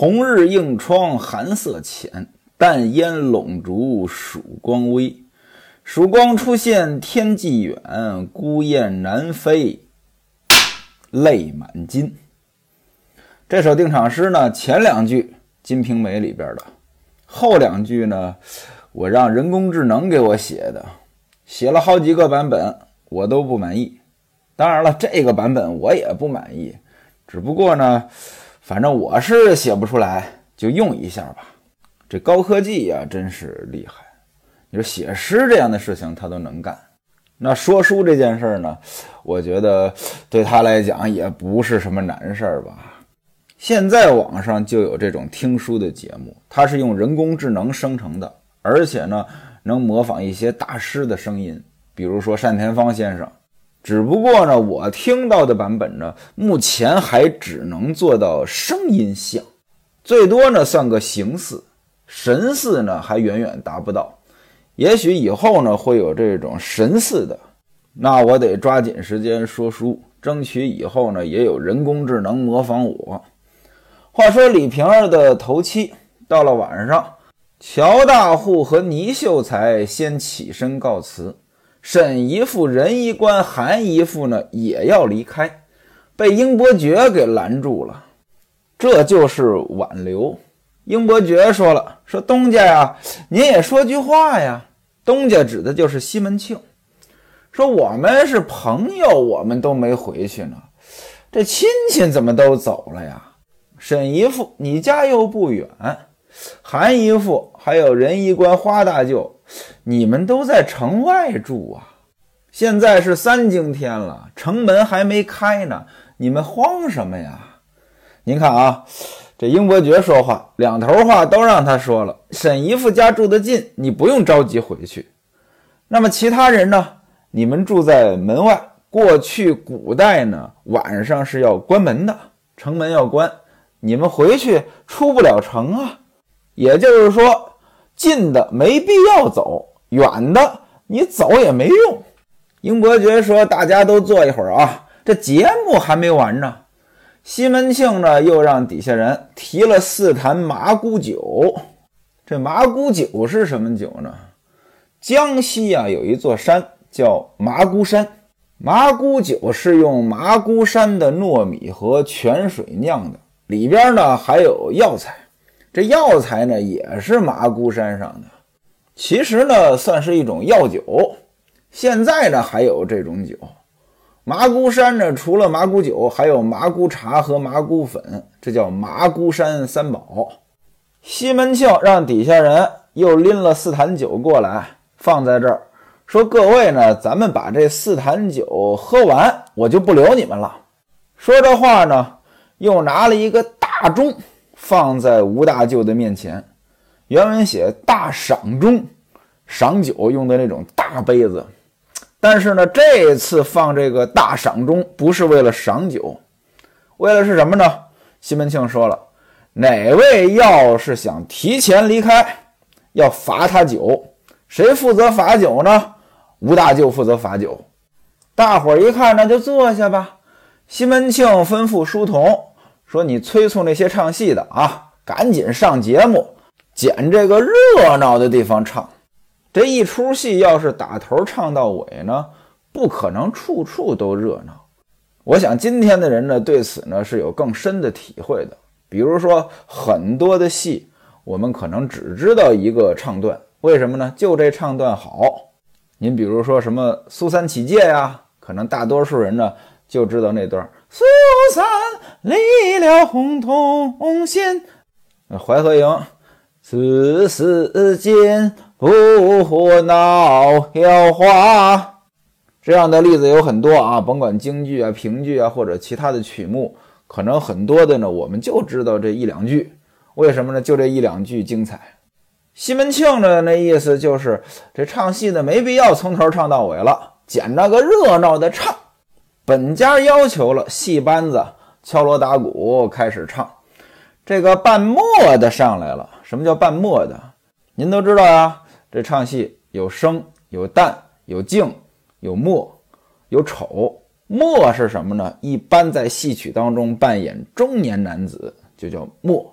红日映窗寒色浅，淡烟笼烛曙光微。曙光出现天际远，孤雁南飞泪满襟。这首定场诗呢，前两句《金瓶梅》里边的，后两句呢，我让人工智能给我写的，写了好几个版本，我都不满意。当然了，这个版本我也不满意，只不过呢，反正我是写不出来，就用一下吧。这高科技呀，真是厉害。你说写诗这样的事情他都能干，那说书这件事呢，我觉得对他来讲也不是什么难事吧。现在网上就有这种听书的节目，它是用人工智能生成的，而且呢能模仿一些大师的声音，比如说单田芳先生。只不过呢，我听到的版本呢，目前还只能做到声音像，最多呢算个形似，神似呢还远远达不到。也许以后呢会有这种神似的，那我得抓紧时间说书，争取以后呢也有人工智能模仿我。话说李瓶儿的头七，到了晚上，乔大户和倪秀才先起身告辞，沈姨父、任医官、韩姨父呢也要离开，被英伯爵给拦住了。这就是挽留。英伯爵说了，说东家呀，您也说句话呀。东家指的就是西门庆，说我们是朋友，我们都没回去呢，这亲戚怎么都走了呀？沈姨父，你家又不远，韩姨父还有任医官、花大舅，你们都在城外住啊。现在是三更天了，城门还没开呢，你们慌什么呀？您看啊，这英伯爵说话，两头话都让他说了。沈姨父家住得近，你不用着急回去。那么其他人呢？你们住在门外，过去古代呢，晚上是要关门的，城门要关，你们回去出不了城啊。也就是说，近的没必要走，远的你走也没用。英伯爵说，大家都坐一会儿啊，这节目还没完呢。西门庆呢，又让底下人提了4坛麻姑酒。这麻姑酒是什么酒呢？江西啊有一座山叫麻姑山，麻姑酒是用麻姑山的糯米和泉水酿的，里边呢还有药材，这药材呢也是麻姑山上的，其实呢算是一种药酒。现在呢还有这种酒。麻姑山呢，除了麻姑酒，还有麻姑茶和麻姑粉，这叫麻姑山三宝。西门庆让底下人又拎了4坛酒过来，放在这儿，说各位呢，咱们把这4坛酒喝完，我就不留你们了。说这话呢，又拿了一个大盅放在吴大舅的面前，原文写大赏盅，赏酒用的那种大杯子。但是呢，这次放这个大赏盅不是为了赏酒，为了是什么呢？西门庆说了，哪位要是想提前离开，要罚他酒，谁负责罚酒呢？吴大舅负责罚酒。大伙儿一看，那就坐下吧。西门庆吩咐书童说，你催促那些唱戏的啊，赶紧上节目，捡这个热闹的地方唱。这一出戏要是打头唱到尾呢，不可能处处都热闹。我想今天的人呢，对此呢是有更深的体会的。比如说很多的戏，我们可能只知道一个唱段，为什么呢？就这唱段好。您比如说什么苏三起解呀，可能大多数人呢就知道那段苏三离了洪洞县，淮河营此时间不闹妖花，这样的例子有很多啊，甭管京剧啊、评剧啊或者其他的曲目，可能很多的呢我们就知道这一两句。为什么呢？就这一两句精彩。西门庆的那意思就是这唱戏的没必要从头唱到尾了，捡那个热闹的唱。本家要求了，戏班子敲锣打鼓开始唱。这个伴默的上来了。什么叫伴默的？您都知道呀，这唱戏有生有旦有净有默有丑。默是什么呢？一般在戏曲当中扮演中年男子就叫默。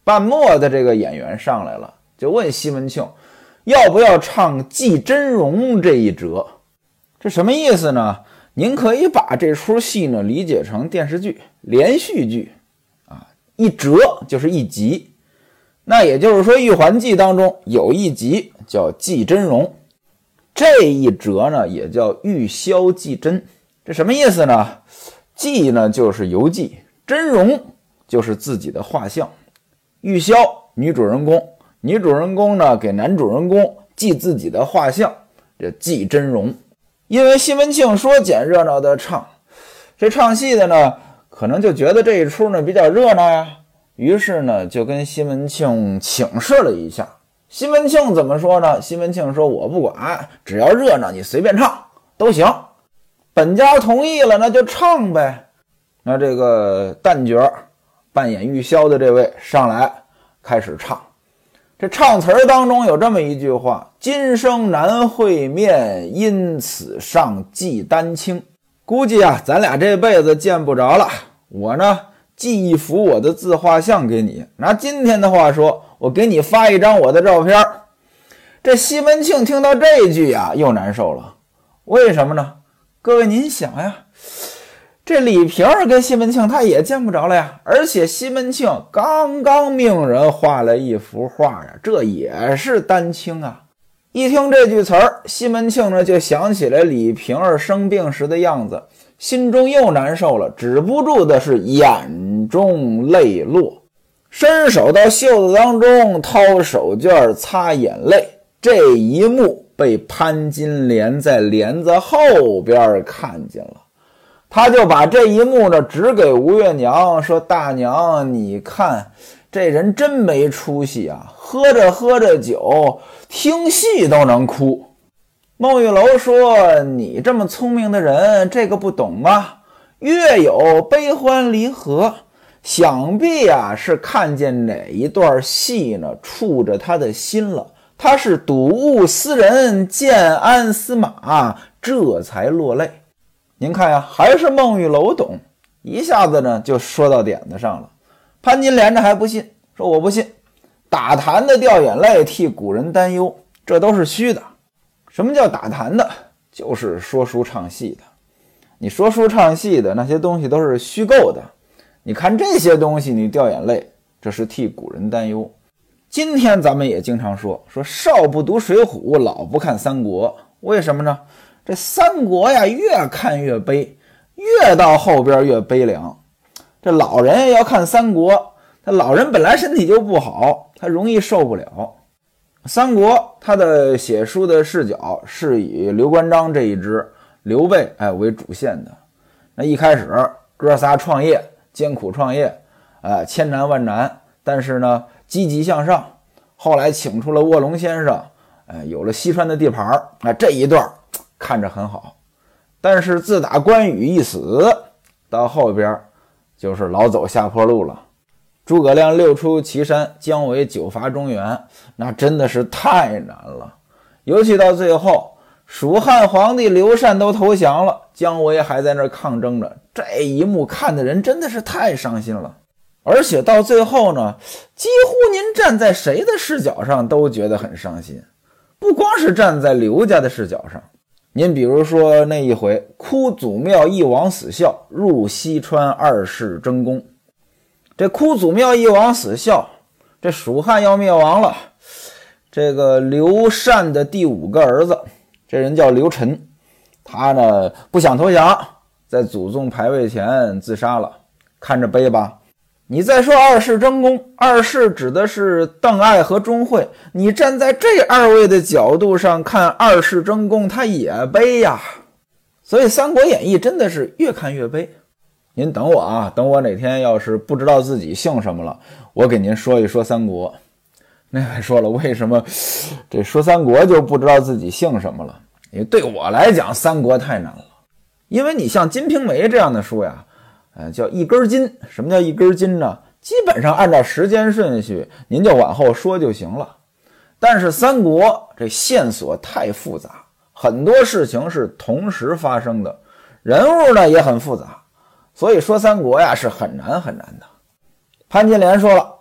半墨的这个演员上来了，就问西门庆要不要唱祭真容这一折。这什么意思呢？您可以把这出戏呢理解成电视剧连续剧啊，一折就是一集。那也就是说玉环记当中有一集叫祭真容，这一折呢也叫玉箫祭真。这什么意思呢？祭呢就是游记，真容就是自己的画像。玉箫女主人公，女主人公呢给男主人公祭自己的画像，这祭真容。因为西门庆说捡热闹的唱，这唱戏的呢可能就觉得这一出呢比较热闹呀，于是呢就跟西门庆请示了一下。西门庆怎么说呢？西门庆说我不管，只要热闹你随便唱都行。本家同意了，那就唱呗。那这个旦角扮演玉箫的这位上来开始唱。这唱词当中有这么一句话：今生难会面，因此上祭丹青。估计啊咱俩这辈子见不着了，我呢寄一幅我的自画像给你，拿今天的话说，我给你发一张我的照片。这西门庆听到这句啊又难受了。为什么呢？各位您想呀，这李瓶儿跟西门庆他也见不着了呀，而且西门庆刚刚命人画了一幅画呀，这也是丹青啊。一听这句词儿，西门庆呢就想起来李瓶儿生病时的样子，心中又难受了，止不住的是眼中泪落，伸手到袖子当中掏手绢擦眼泪。这一幕被潘金莲在帘子后边看见了，他就把这一幕呢指给吴月娘，说大娘你看这人真没出息啊，喝着喝着酒听戏都能哭。孟玉楼说你这么聪明的人这个不懂吗？月有悲欢离合，想必啊是看见哪一段戏呢触着他的心了，他是睹物思人，见鞍思马，这才落泪。您看呀，还是孟玉楼懂，一下子呢就说到点子上了。潘金莲这还不信，说我不信，打坛的掉眼泪替古人担忧，这都是虚的。什么叫打坛的？就是说书唱戏的。你说书唱戏的那些东西都是虚构的，你看这些东西你掉眼泪，这是替古人担忧。今天咱们也经常说少不读水浒，老不看三国。为什么呢？这三国呀越看越悲，越到后边越悲凉。这老人要看三国，他老人本来身体就不好，他容易受不了。三国他的写书的视角是以刘关张这一支刘备为主线的。那一开始哥仨创业，艰苦创业，千难万难，但是呢积极向上。后来请出了卧龙先生，有了西川的地盘，这一段看着很好。但是自打关羽一死，到后边就是老走下坡路了。诸葛亮六出祁山，姜维九伐中原，那真的是太难了。尤其到最后，蜀汉皇帝刘禅都投降了，姜维还在那儿抗争着，这一幕看的人真的是太伤心了。而且到最后呢，几乎您站在谁的视角上都觉得很伤心，不光是站在刘家的视角上。您比如说那一回哭祖庙一王死孝，入西川二世争功。这哭祖庙一王死孝，这蜀汉要灭亡了，这个刘禅的第5个儿子，这人叫刘晨，他呢不想投降，在祖宗牌位前自杀了。看着悲吧。你再说二世争功，二世指的是邓艾和钟会，你站在这2位的角度上看二世争功，他也悲呀。所以《三国演义》真的是越看越悲。您等我啊，等我哪天要是不知道自己姓什么了，我给您说一说三国。那位说了，为什么这说三国就不知道自己姓什么了？因为对我来讲三国太难了。因为你像《金瓶梅》这样的书呀，叫一根筋。什么叫一根筋呢？基本上按照时间顺序您就往后说就行了。但是三国这线索太复杂，很多事情是同时发生的，人物呢也很复杂，所以说三国呀是很难很难的。潘金莲说了，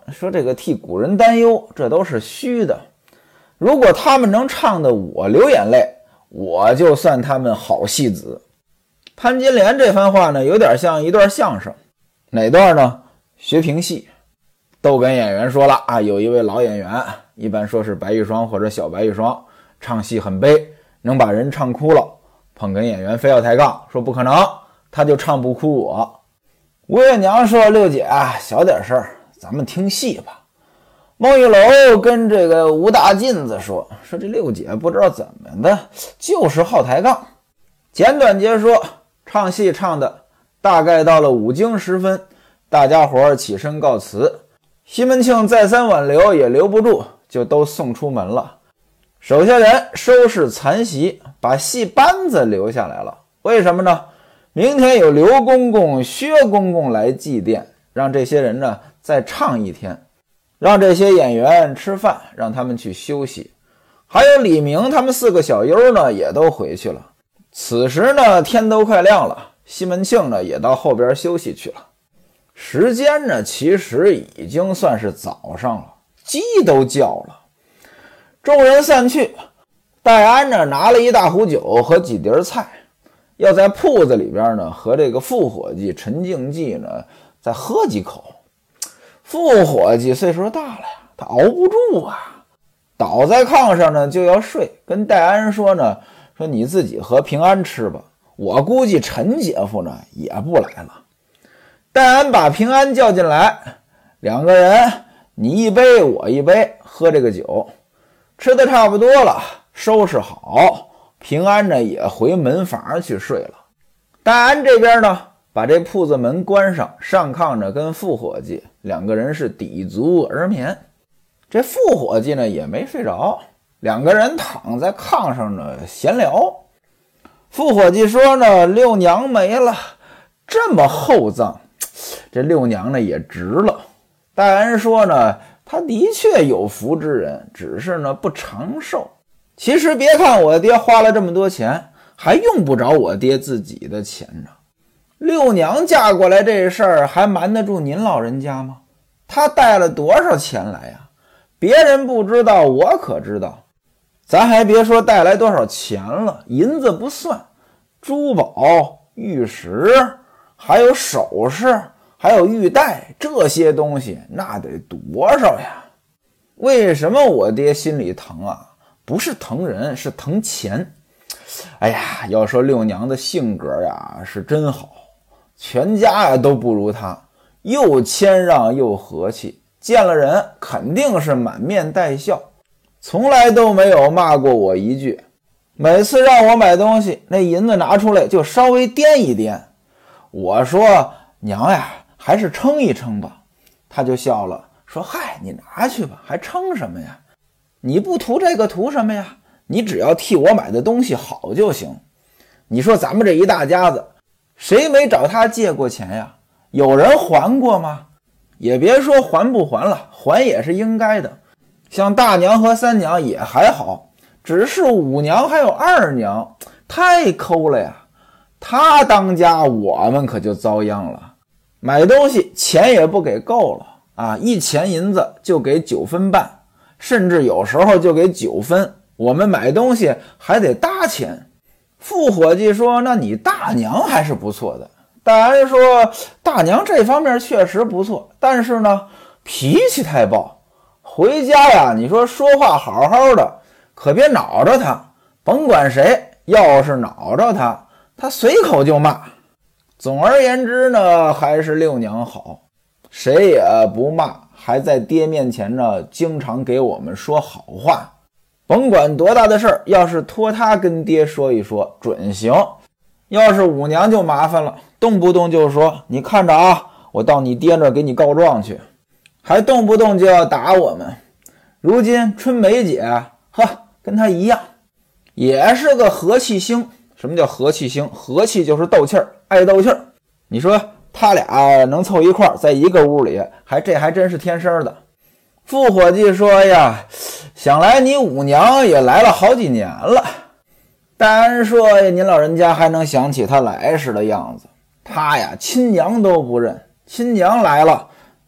说这个替古人担忧，这都是虚的。如果他们能唱得我流眼泪，我就算他们好戏子。潘金莲这番话呢，有点像一段相声。哪段呢？学评戏。都跟演员说了啊，有一位老演员，一般说是白玉霜或者小白玉霜，唱戏很悲，能把人唱哭了。捧哏演员非要抬杠，说不可能，他就唱不哭我。吴月娘说：“六姐啊，小点事儿，咱们听戏吧。”孟玉楼跟这个吴大妗子说这六姐不知道怎么的，就是好抬杠。简短截说，唱戏唱的大概到了5更时分，大家伙起身告辞。西门庆再三挽留也留不住，就都送出门了。手下人收拾残席，把戏班子留下来了。为什么呢？明天有刘公公、薛公公来祭奠，让这些人呢再唱一天，让这些演员吃饭，让他们去休息。还有李明他们4个小优呢也都回去了。此时呢天都快亮了，西门庆呢也到后边休息去了。时间呢其实已经算是早上了，鸡都叫了。众人散去，戴安呢拿了一大壶酒和几碟菜，要在铺子里边呢和这个副伙计陈静济呢再喝几口。副伙计岁数大了呀，他熬不住啊，倒在炕上呢就要睡，跟戴安说呢，说你自己和平安吃吧，我估计陈姐夫呢也不来了。戴安把平安叫进来，2个人你一杯我一杯，喝这个酒。吃的差不多了，收拾好，平安呢也回门房去睡了。戴安这边呢把这铺子门关上，上炕呢跟副伙计2个人是抵足而眠。这副伙计呢也没睡着，2个人躺在炕上呢闲聊。副伙计说呢，六娘没了，这么厚葬，这六娘呢也值了。戴安说呢，他的确有福之人，只是呢不长寿。其实别看我爹花了这么多钱，还用不着我爹自己的钱呢。六娘嫁过来这事儿还瞒得住您老人家吗？她带了多少钱来呀？别人不知道，我可知道。咱还别说带来多少钱了，银子不算，珠宝、玉石，还有首饰，还有玉带，这些东西那得多少呀？为什么我爹心里疼啊？不是疼人，是疼钱。哎呀，要说六娘的性格呀是真好，全家呀都不如她，又谦让又和气，见了人肯定是满面带笑，从来都没有骂过我一句。每次让我买东西，那银子拿出来就稍微掂一掂，我说娘呀，还是称一称吧。他就笑了，说嗨，你拿去吧，还称什么呀？你不图这个图什么呀？你只要替我买的东西好就行。你说咱们这一大家子，谁没找他借过钱呀？有人还过吗？也别说还不还了，还也是应该的。像大娘和三娘也还好，只是五娘还有二娘太抠了呀。他当家，我们可就遭殃了。买东西钱也不给够了啊，1钱银子就给9分半，甚至有时候就给9分。我们买东西还得搭钱。副伙计说，那你大娘还是不错的。戴安说，大娘这方面确实不错，但是呢脾气太暴，回家呀你说说话好好的，可别恼着他，甭管谁，要是恼着他，他随口就骂。总而言之呢，还是六娘好，谁也不骂，还在爹面前呢经常给我们说好话。甭管多大的事儿，要是托他跟爹说一说准行。要是五娘就麻烦了，动不动就说你看着啊，我到你爹那儿给你告状去，还动不动就要打我们。如今春梅姐跟他一样，也是个和气星。什么叫和气星？和气就是斗气儿，爱斗气儿。你说他俩能凑一块儿在一个屋里，这还真是天生的。副伙计说呀，想来你五娘也来了好几年了。戴安说，您老人家还能想起他来时的样子，他呀亲娘都不认，亲娘来了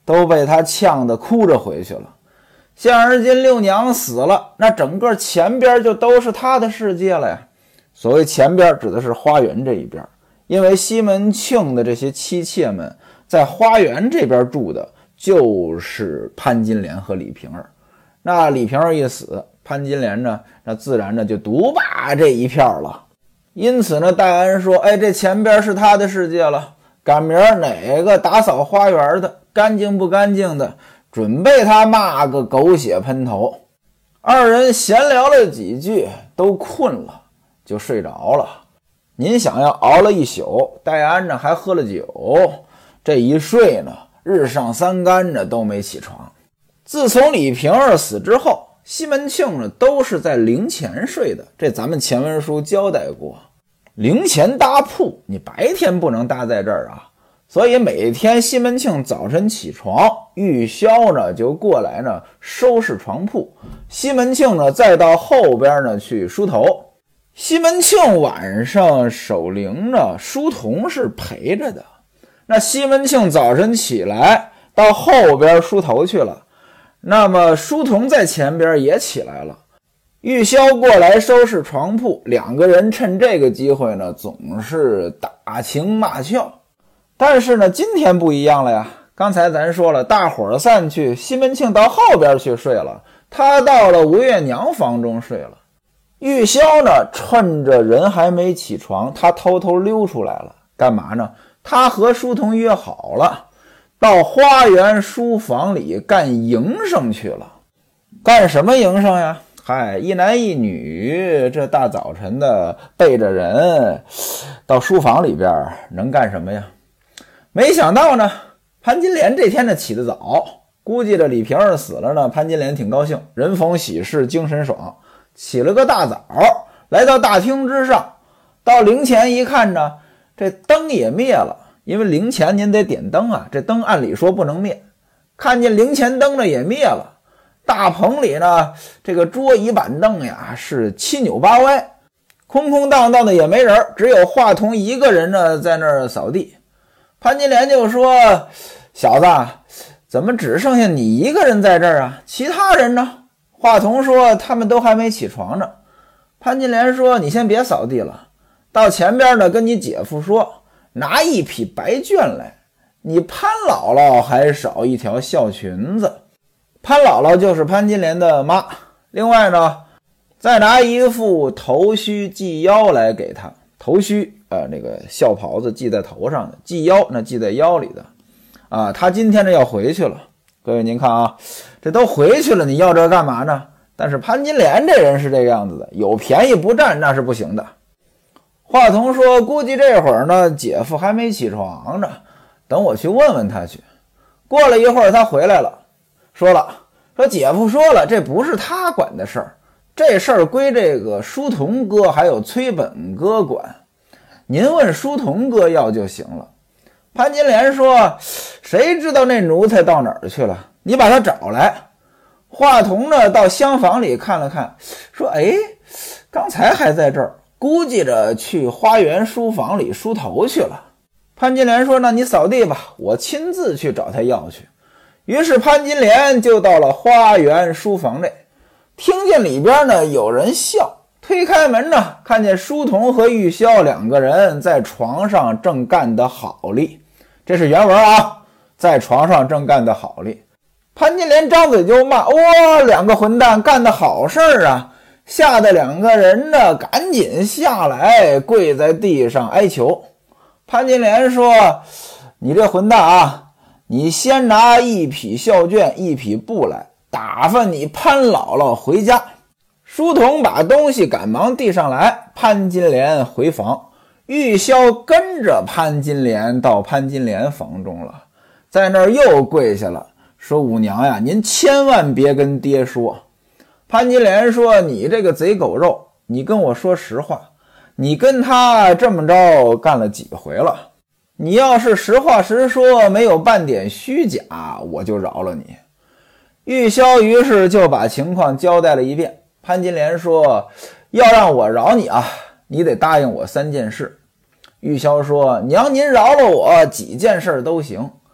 都被他呛得哭着回去了。现而今六娘死了，那整个前边就都是他的世界了呀。所谓前边指的是花园这一边，因为西门庆的这些妻妾们在花园这边住的就是潘金莲和李瓶儿。那李瓶儿一死，潘金莲呢，那自然呢就独霸这一片了。因此呢，戴安说：“哎，这前边是他的世界了，赶明儿哪个打扫花园的，干净不干净的，准备他骂个狗血喷头。”二人闲聊了几句，都困了，就睡着了。您想要熬了一宿，戴安呢还喝了酒，这一睡呢，日上三竿呢都没起床。自从李瓶儿死之后，西门庆呢都是在灵前睡的，这咱们前文书交代过。灵前搭铺，你白天不能搭在这儿啊，所以每天西门庆早晨起床，玉箫呢就过来呢收拾床铺，西门庆呢再到后边呢去梳头。西门庆晚上守灵呢，书童是陪着的。那西门庆早晨起来到后边梳头去了，那么书童在前边也起来了。玉箫过来收拾床铺，两个人趁这个机会呢，总是打情骂俏。但是呢，今天不一样了呀。刚才咱说了，大伙儿散去，西门庆到后边去睡了，他到了吴月娘房中睡了。玉箫呢，趁着人还没起床，他偷偷溜出来了。干嘛呢？他和书童约好了，到花园书房里干营生去了。干什么营生呀？嗨，一男一女，这大早晨的背着人到书房里边能干什么呀？没想到呢，潘金莲这天呢起得早，估计这李瓶儿死了呢，潘金莲挺高兴，人逢喜事精神爽，起了个大早，来到大厅之上，到灵前一看呢，这灯也灭了，因为灵前您得点灯啊，这灯按理说不能灭。看见灵前灯呢也灭了，大棚里呢，这个桌椅板凳呀是七扭八歪，空空荡荡的也没人，只有华童一个人呢在那儿扫地。潘金莲就说：“小子，怎么只剩下你一个人在这儿啊？其他人呢？”华童说：“他们都还没起床呢。”潘金莲说：“你先别扫地了，到前边呢跟你姐夫说，拿一匹白绢来，你潘姥姥还少一条孝裙子。”潘姥姥就是潘金莲的妈。另外呢，再拿一副头须系腰来给她。头须那个孝袍子系在头上的，系腰那系在腰里的啊。他今天呢要回去了。各位您看啊，这都回去了，你要这干嘛呢？但是潘金莲这人是这个样子的，有便宜不占那是不行的。华童说：“估计这会儿呢，姐夫还没起床呢，等我去问问他去。”过了一会儿，他回来了，说姐夫说了，这不是他管的事儿，这事儿归这个书童哥还有崔本哥管，您问书童哥要就行了。潘金莲说：“谁知道那奴才到哪儿去了？你把他找来。”华童呢到厢房里看了看，说：“哎，刚才还在这儿，估计着去花园书房里梳头去了。”潘金莲说：“那你扫地吧，我亲自去找他要去。”于是潘金莲就到了花园书房内，听见里边呢有人笑，推开门呢，看见书童和玉箫两个人在床上正干得好哩。这是原文啊，在床上正干得好哩。潘金莲张嘴就骂：“哇，两个混蛋干得好事儿啊！”吓得两个人呢赶紧下来跪在地上哀求。潘金莲说：“你这混蛋啊，你先拿一匹孝绢一匹布来，打发你潘姥姥回家。”书童把东西赶忙递上来，潘金莲回房，玉箫跟着潘金莲到潘金莲房中了，在那儿又跪下了，说：“五娘呀，您千万别跟爹说。”潘金莲说：“你这个贼狗肉，你跟我说实话，你跟他这么着干了几回了？你要是实话实说，没有半点虚假，我就饶了你。”玉箫于是就把情况交代了一遍。潘金莲说：“要让我饶你啊，你得答应我3件事。”玉箫说：“娘您饶了我几件事都行。”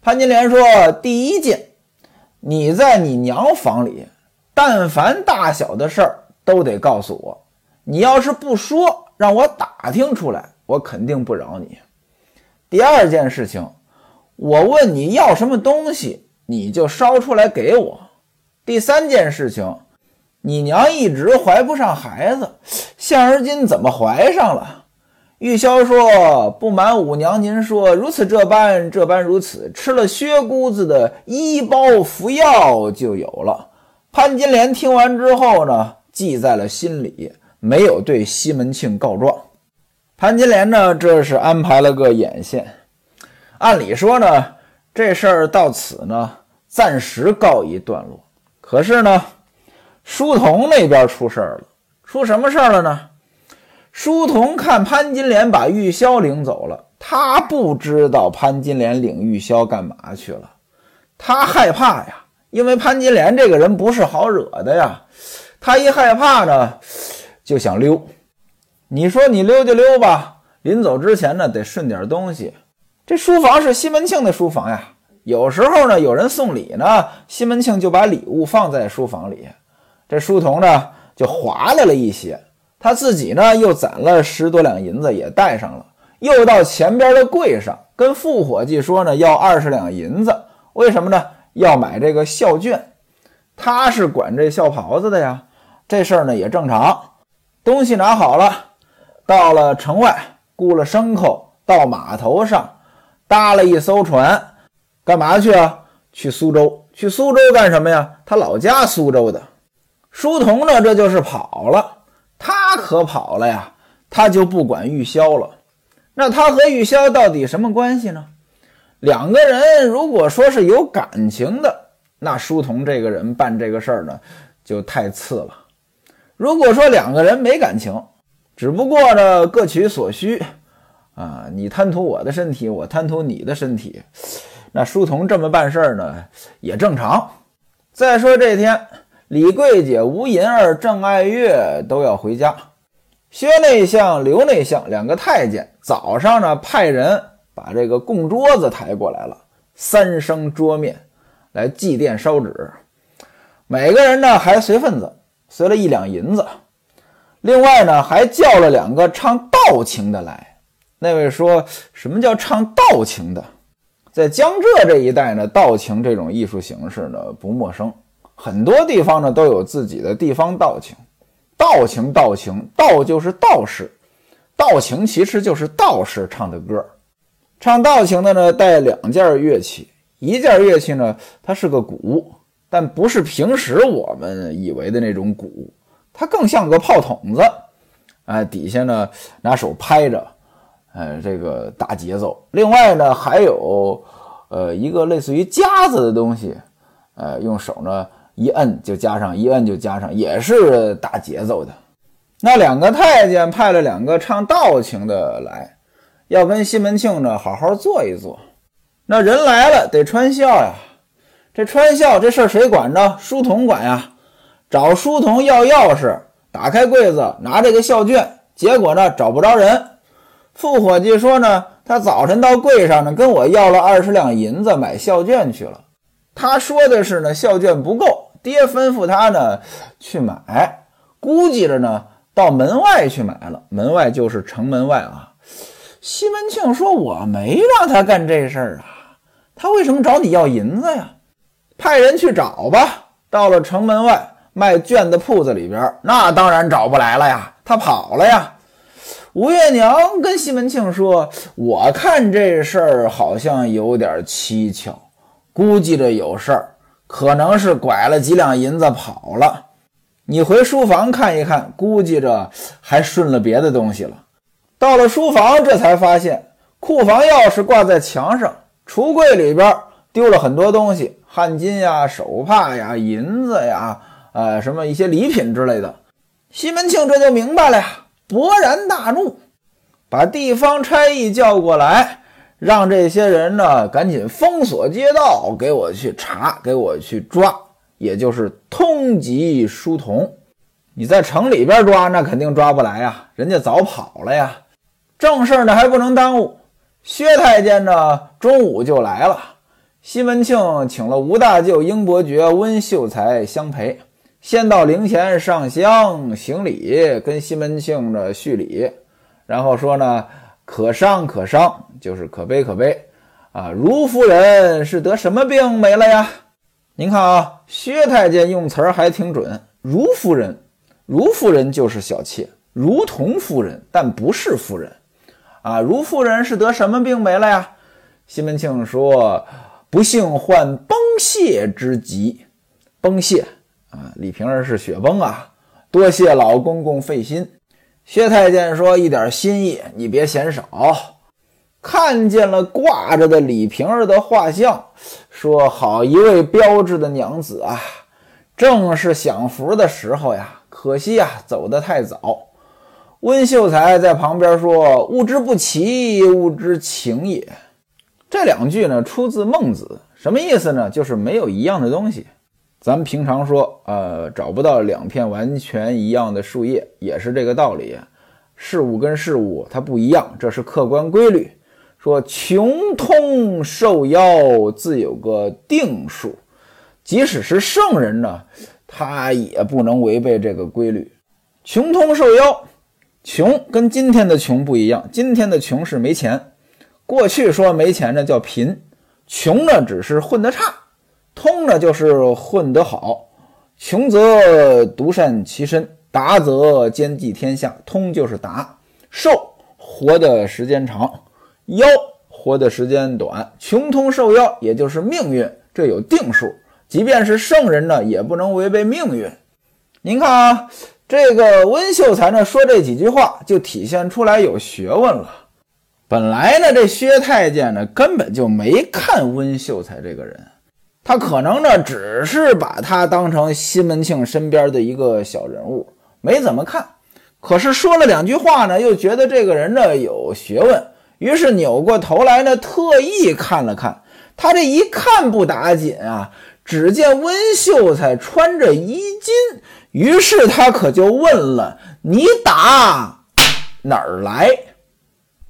潘金莲说：“第一件，你在你娘房里，但凡大小的事儿都得告诉我。你要是不说，让我打听出来，我肯定不饶你。第二件事情，我问你要什么东西，你就烧出来给我。第三件事情，你娘一直怀不上孩子，现而今怎么怀上了？”玉箫说：“不瞒五娘您说，如此这般，这般如此，吃了薛姑子的医包服药就有了。”潘金莲听完之后呢，记在了心里，没有对西门庆告状。潘金莲呢，这是安排了个眼线。按理说呢，这事儿到此呢，暂时告一段落。可是呢，书童那边出事儿了。出什么事儿了呢？书童看潘金莲把玉箫领走了，他不知道潘金莲领玉箫干嘛去了。他害怕呀，因为潘金莲这个人不是好惹的呀。他一害怕呢，就想溜。你说你溜就溜吧，临走之前呢，得顺点东西。这书房是西门庆的书房呀，有时候呢，有人送礼呢，西门庆就把礼物放在书房里。这书童呢，就划来了一些。他自己呢又攒了10多两银子也带上了，又到前边的柜上跟副伙计说呢要20两银子，为什么呢？要买这个孝绢。他是管这孝袍子的呀，这事儿呢也正常。东西拿好了，到了城外雇了牲口，到码头上搭了一艘船，干嘛去啊？去苏州。去苏州干什么呀？他老家苏州的。书童呢这就是跑了。他可跑了呀，他就不管玉箫了。那他和玉箫到底什么关系呢？两个人如果说是有感情的，那书童这个人办这个事儿呢，就太次了。如果说两个人没感情，只不过呢各取所需啊，你贪图我的身体，我贪图你的身体，那书童这么办事儿呢也正常。再说这天，李桂姐、吴银儿、郑爱月都要回家。薛内相、刘内相两个太监早上呢派人把这个供桌子抬过来了，3升桌面来祭奠烧纸。每个人呢还随份子，随了1两银子。另外呢还叫了2个唱道情的来。那位说什么叫唱道情的？在江浙这一带呢，道情这种艺术形式呢不陌生。很多地方呢都有自己的地方道情。道情，道就是道士，道情其实就是道士唱的歌。唱道情的呢带2件乐器，一件乐器呢它是个鼓，但不是平时我们以为的那种鼓，它更像个炮筒子，底下呢拿手拍着，这个打节奏。另外呢还有一个类似于夹子的东西，用手呢一摁就加上，一摁就加上，也是打节奏的。那2个太监派了2个唱道情的来，要跟西门庆呢好好做一做。那人来了得穿孝呀，这穿孝这事儿谁管呢？书童管呀。找书童要钥匙，打开柜子拿这个孝绢，结果呢找不着人。副伙计说呢，他早晨到柜上呢跟我要了20两银子买孝绢去了。他说的是呢孝绢不够，爹吩咐他呢去买，估计着呢到门外去买了，门外就是城门外啊。西门庆说我没让他干这事儿啊，他为什么找你要银子呀？派人去找吧。到了城门外卖绢的铺子里边，那当然找不来了呀，他跑了呀。吴月娘跟西门庆说，我看这事儿好像有点蹊跷，估计着有事儿，可能是拐了几两银子跑了。你回书房看一看，估计着还顺了别的东西了。到了书房，这才发现库房钥匙挂在墙上，橱柜里边丢了很多东西，汗巾呀、手帕呀、银子呀，什么一些礼品之类的。西门庆这就明白了呀，勃然大怒，把地方差役叫过来，让这些人呢赶紧封锁街道，给我去查，给我去抓，也就是通缉书童。你在城里边抓，那肯定抓不来呀，人家早跑了呀。正事呢还不能耽误，薛太监呢中午就来了， 西门庆请了吴大舅、英伯爵、温秀才相陪，先到灵前上香行礼，跟西门庆的叙礼，然后说呢，可伤可伤，就是可悲可悲啊！如夫人是得什么病没了呀？您看啊，薛太监用词还挺准，如夫人，如夫人就是小妾，如同夫人，但不是夫人啊。如夫人是得什么病没了呀？西门庆说，不幸患崩泻之疾。崩泻啊，李瓶儿是雪崩啊，多谢老公公费心。薛太监说，一点心意你别嫌少。看见了挂着的李瓶儿的画像，说好一位标致的娘子啊，正是享福的时候呀，可惜呀走得太早。温秀才在旁边说，物之不齐，物之情也。这两句呢出自孟子，什么意思呢？就是没有一样的东西。咱们平常说找不到两片完全一样的树叶，也是这个道理。事物跟事物它不一样，这是客观规律。说穷通受妖自有个定数，即使是圣人呢，他也不能违背这个规律。穷通受妖，穷跟今天的穷不一样，今天的穷是没钱，过去说没钱呢叫贫，穷呢只是混得差，通呢就是混得好。穷则独善其身，达则兼济天下。通就是达，寿活的时间长，妖活的时间短。穷通受妖也就是命运，这有定数，即便是圣人呢也不能违背命运。您看啊，这个温秀才呢说这几句话就体现出来有学问了。本来呢这薛太监呢根本就没看温秀才这个人，他可能呢只是把他当成西门庆身边的一个小人物，没怎么看。可是说了两句话呢，又觉得这个人呢有学问，于是扭过头来呢特意看了看。他这一看不打紧啊，只见温秀才穿着衣襟，于是他可就问了，你打哪儿来？